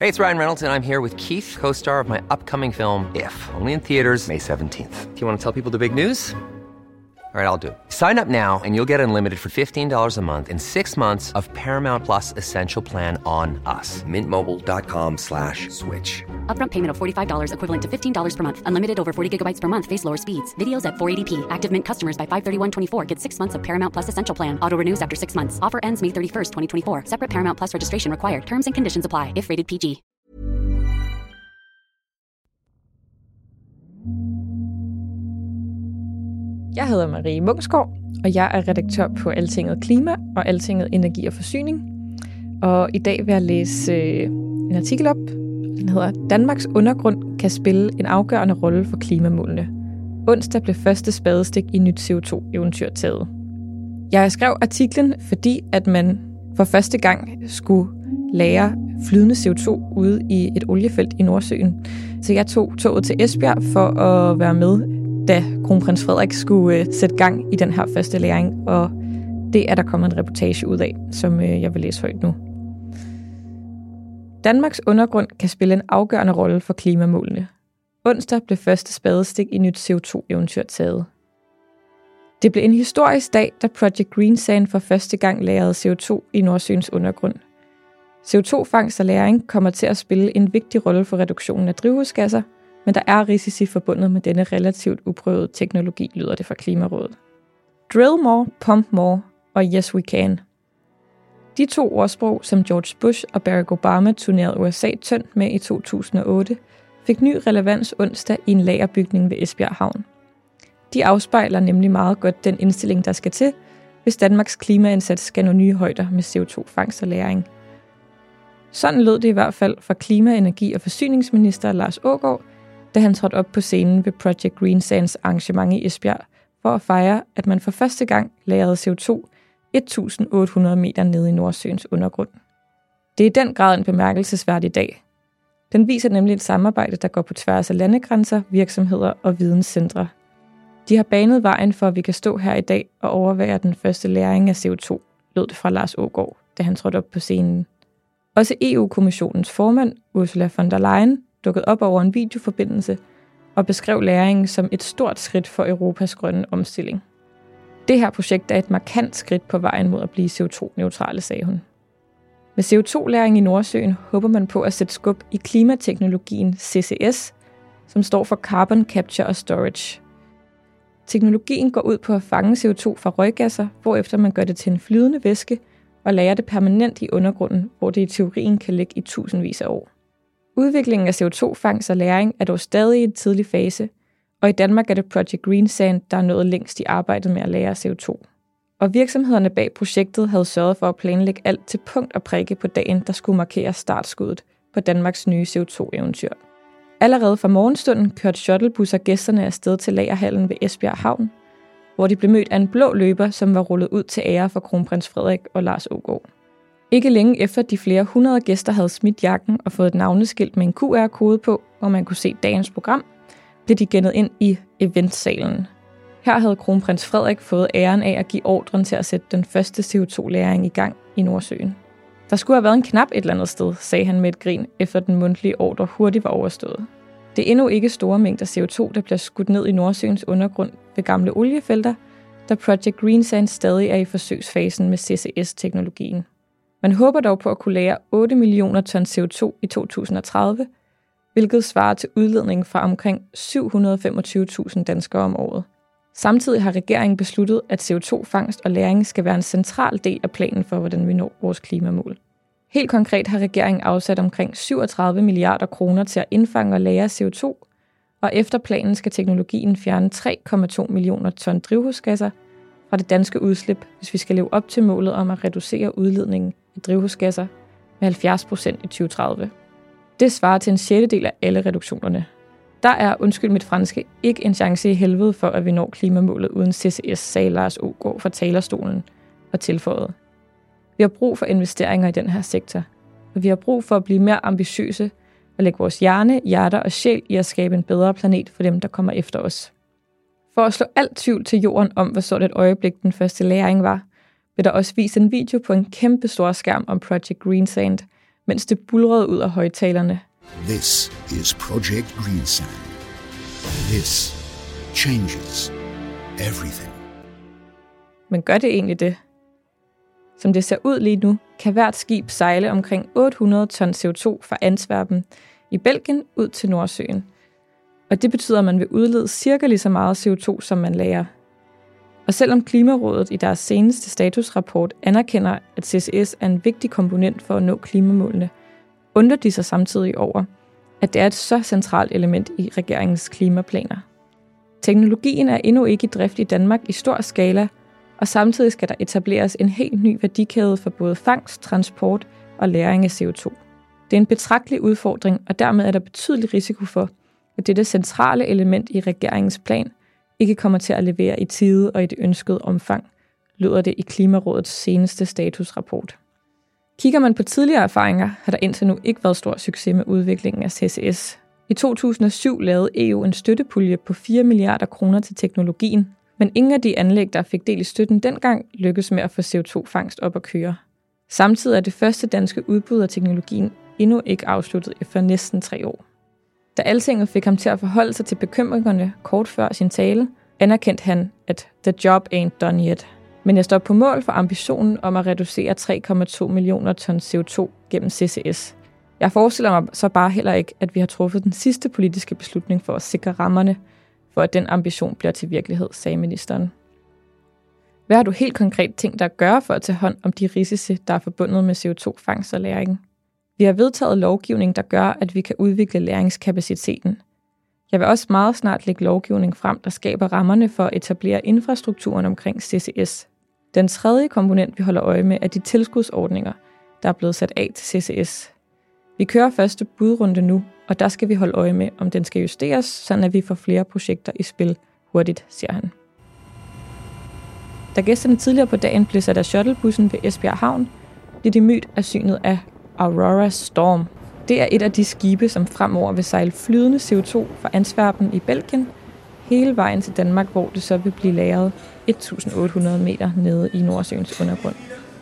Hey, it's Ryan Reynolds, and I'm here with Keith, co-star of my upcoming film, If, only in theaters May 17th. Do you want to tell people the big news? All right, I'll do it. Sign up now and you'll get unlimited for $15 a month and 6 months of Paramount Plus Essential Plan on us. MintMobile.com/switch. Upfront payment of $45 equivalent to $15 per month. Unlimited over 40 gigabytes per month. Face lower speeds. Videos at 480p. Active Mint customers by 531.24 get 6 months of Paramount Plus Essential Plan. Auto renews after 6 months. Offer ends May 31st, 2024. Separate Paramount Plus registration required. Terms and conditions apply if rated PG. Jeg hedder Marie Munksgaard, og jeg er redaktør på Altinget Klima og Altinget Energi og Forsyning. Og i dag vil jeg læse en artikel op. Den hedder Danmarks undergrund kan spille en afgørende rolle for klimamålene. Onsdag blev første spadestik i nyt CO2-eventyr taget. Jeg skrev artiklen, fordi at man for første gang skulle lagre flydende CO2 ude i et oliefelt i Nordsøen. Så jeg tog toget til Esbjerg for at være med, da kronprins Frederik skulle sætte gang i den her første lagring, og det er der kommet en reportage ud af, som jeg vil læse højt nu. Danmarks undergrund kan spille en afgørende rolle for klimamålene. Onsdag blev første spadestik i nyt CO2-eventyr taget. Det blev en historisk dag, da Project Greensand for første gang lagrede CO2 i Nordsøens undergrund. CO2-fangst og lagring kommer til at spille en vigtig rolle for reduktionen af drivhusgasser, men der er risici forbundet med denne relativt uprøvede teknologi, lyder det fra Klimarådet. Drill more, pump more og yes we can. De to ordsprog, som George Bush og Barack Obama turnerede USA tyndt med i 2008, fik ny relevans onsdag i en lagerbygning ved Esbjerg Havn. De afspejler nemlig meget godt den indstilling, der skal til, hvis Danmarks klimaindsats skal nå nye højder med CO2-fangst og lagring. Sådan lød det i hvert fald fra klima-, energi- og forsyningsminister Lars Aagaard, da han trådte op på scenen ved Project Greensands arrangement i Esbjerg for at fejre, at man for første gang lagrede CO2 1.800 meter nede i Nordsøens undergrund. Det er i den grad en bemærkelsesværdig dag. Den viser nemlig et samarbejde, der går på tværs af landegrænser, virksomheder og videnscentre. De har banet vejen for, at vi kan stå her i dag og overvære den første lagring af CO2, lød det fra Lars Aagaard, da han trådte op på scenen. Også EU-kommissionens formand, Ursula von der Leyen, dukkede op over en videoforbindelse og beskrev lagringen som et stort skridt for Europas grønne omstilling. Det her projekt er et markant skridt på vejen mod at blive CO2-neutrale, sagde hun. Med CO2-lagring i Nordsøen håber man på at sætte skub i klimateknologien CCS, som står for Carbon Capture and Storage. Teknologien går ud på at fange CO2 fra røggasser, hvorefter man gør det til en flydende væske og lagrer det permanent i undergrunden, hvor det i teorien kan ligge i tusindvis af år. Udviklingen af CO2-fangst og lagring er dog stadig i en tidlig fase, og i Danmark er det Project Greensand, der er nået længst i arbejdet med at lagre CO2. Og virksomhederne bag projektet havde sørget for at planlægge alt til punkt og prikke på dagen, der skulle markere startskuddet på Danmarks nye CO2-eventyr. Allerede fra morgenstunden kørte shuttlebusser gæsterne afsted til lagerhallen ved Esbjerg Havn, hvor de blev mødt af en blå løber, som var rullet ud til ære for kronprins Frederik og Lars Aagaard. Ikke længe efter de flere hundrede gæster havde smidt jakken og fået et navneskilt med en QR-kode på, hvor man kunne se dagens program, blev de gennet ind i eventsalen. Her havde kronprins Frederik fået æren af at give ordren til at sætte den første CO2-lagring i gang i Nordsøen. Der skulle have været en knap et eller andet sted, sagde han med et grin, efter den mundtlige ordre hurtigt var overstået. Det er endnu ikke store mængder CO2, der bliver skudt ned i Nordsøens undergrund ved gamle oliefelter, da Project Greensand stadig er i forsøgsfasen med CCS-teknologien. Man håber dog på at kunne lagre 8 millioner ton CO2 i 2030, hvilket svarer til udledning fra omkring 725.000 danskere om året. Samtidig har regeringen besluttet, at CO2-fangst og lagring skal være en central del af planen for, hvordan vi når vores klimamål. Helt konkret har regeringen afsat omkring 37 milliarder kroner til at indfange og lagre CO2, og efter planen skal teknologien fjerne 3,2 millioner ton drivhusgasser fra det danske udslip, hvis vi skal leve op til målet om at reducere udledningen af drivhusgasser med 70% i 2030. Det svarer til en sjettedel af alle reduktionerne. Der er, undskyld mit franske, ikke en chance i helvede for, at vi når klimamålet uden CCS, sagde Lars Aagaard fra talerstolen og tilføjede. Vi har brug for investeringer i den her sektor, og vi har brug for at blive mere ambitiøse og lægge vores hjerne, hjerter og sjæl i at skabe en bedre planet for dem, der kommer efter os. For at slå alt tvivl til jorden om, hvad sådan et øjeblik den første lagring var, vil der også vise en video på en kæmpe stor skærm om Project Greensand, mens det bulrede ud af højtalerne. This is Project Greensand. This changes everything. Men gør det egentlig det? Som det ser ud lige nu, kan hvert skib sejle omkring 800 ton CO2 fra Antwerpen i Belgien ud til Nordsøen. Og det betyder, at man vil udlede cirka lige så meget CO2, som man lagrer. Og selvom Klimarådet i deres seneste statusrapport anerkender, at CCS er en vigtig komponent for at nå klimamålene, undrer de sig samtidig over, at det er et så centralt element i regeringens klimaplaner. Teknologien er endnu ikke i drift i Danmark i stor skala, og samtidig skal der etableres en helt ny værdikæde for både fangst, transport og lagring af CO2. Det er en betragtelig udfordring, og dermed er der betydelig risiko for, at dette centrale element i regeringens plan ikke kommer til at levere i tide og i det ønskede omfang, lyder det i Klimarådets seneste statusrapport. Kigger man på tidligere erfaringer, har der indtil nu ikke været stor succes med udviklingen af CCS. I 2007 lavede EU en støttepulje på 4 milliarder kroner til teknologien, men ingen af de anlæg, der fik del i støtten dengang, lykkedes med at få CO2-fangst op at køre. Samtidig er det første danske udbud af teknologien endnu ikke afsluttet efter næsten 3 år. Da Altinget fik ham til at forholde sig til bekymringerne kort før sin tale, anerkendte han, at the job ain't done yet. Men jeg står på mål for ambitionen om at reducere 3,2 millioner ton CO2 gennem CCS. Jeg forestiller mig så bare heller ikke, at vi har truffet den sidste politiske beslutning for at sikre rammerne, for at den ambition bliver til virkelighed, sagde ministeren. Hvad har du helt konkret tænkt dig at gøre for at tage hånd om de risici, der er forbundet med CO2-fangst og lagring? Vi har vedtaget lovgivning, der gør, at vi kan udvikle lagringskapaciteten. Jeg vil også meget snart lægge lovgivning frem, der skaber rammerne for at etablere infrastrukturen omkring CCS. Den tredje komponent, vi holder øje med, er de tilskudsordninger, der er blevet sat af til CCS. Vi kører første budrunde nu, og der skal vi holde øje med, om den skal justeres, så at vi får flere projekter i spil hurtigt, siger han. Da gæsterne tidligere på dagen blev sat af shuttlebussen ved Esbjerg Havn, blev de mødt af synet af Aurora Storm. Det er et af de skibe, som fremover vil sejle flydende CO2 fra Antwerpen i Belgien hele vejen til Danmark, hvor det så vil blive lagret 1.800 meter nede i Nordsøens undergrund.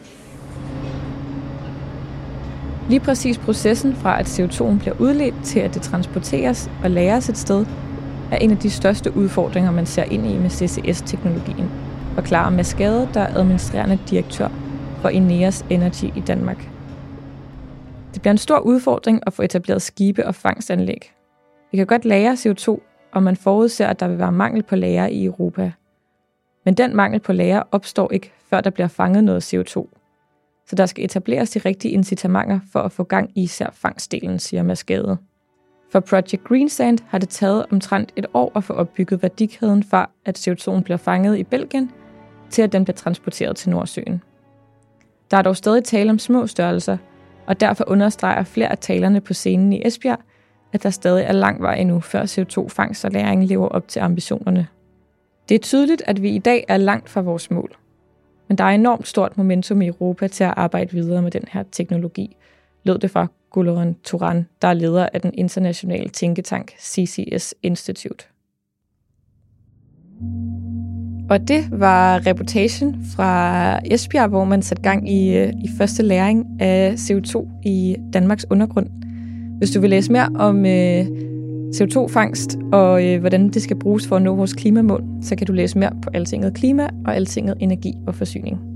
Lige præcis processen fra, at CO2'en bliver udledt til, at det transporteres og lagres et sted, er en af de største udfordringer, man ser ind i med CCS-teknologien, forklarer Mads Gade, der er administrerende direktør for Ineos Energy i Danmark. Det bliver en stor udfordring at få etableret skibe og fangstanlæg. Vi kan godt lagre CO2, og man forudser, at der vil være mangel på lagre i Europa. Men den mangel på lagre opstår ikke, før der bliver fanget noget CO2. Så der skal etableres de rigtige incitamenter for at få gang i især fangstdelen, siger Mads Gade. For Project Greensand har det taget omtrent et år at få opbygget værdikæden fra, at CO2'en bliver fanget i Belgien, til at den bliver transporteret til Nordsøen. Der er dog stadig tale om små størrelser, og derfor understreger flere af talerne på scenen i Esbjerg, at der stadig er lang vej endnu, før CO2-fangst og lagring lever op til ambitionerne. Det er tydeligt, at vi i dag er langt fra vores mål. Men der er enormt stort momentum i Europa til at arbejde videre med den her teknologi, lød det fra Gulleron Turan, der er leder af den internationale tænketank CCS Institute. Og det var reportagen fra Esbjerg, hvor man satte gang i første lagring af CO2 i Danmarks undergrund. Hvis du vil læse mere om CO2-fangst og hvordan det skal bruges for at nå vores klimamål, så kan du læse mere på Altinget Klima og Altinget Energi og Forsyning.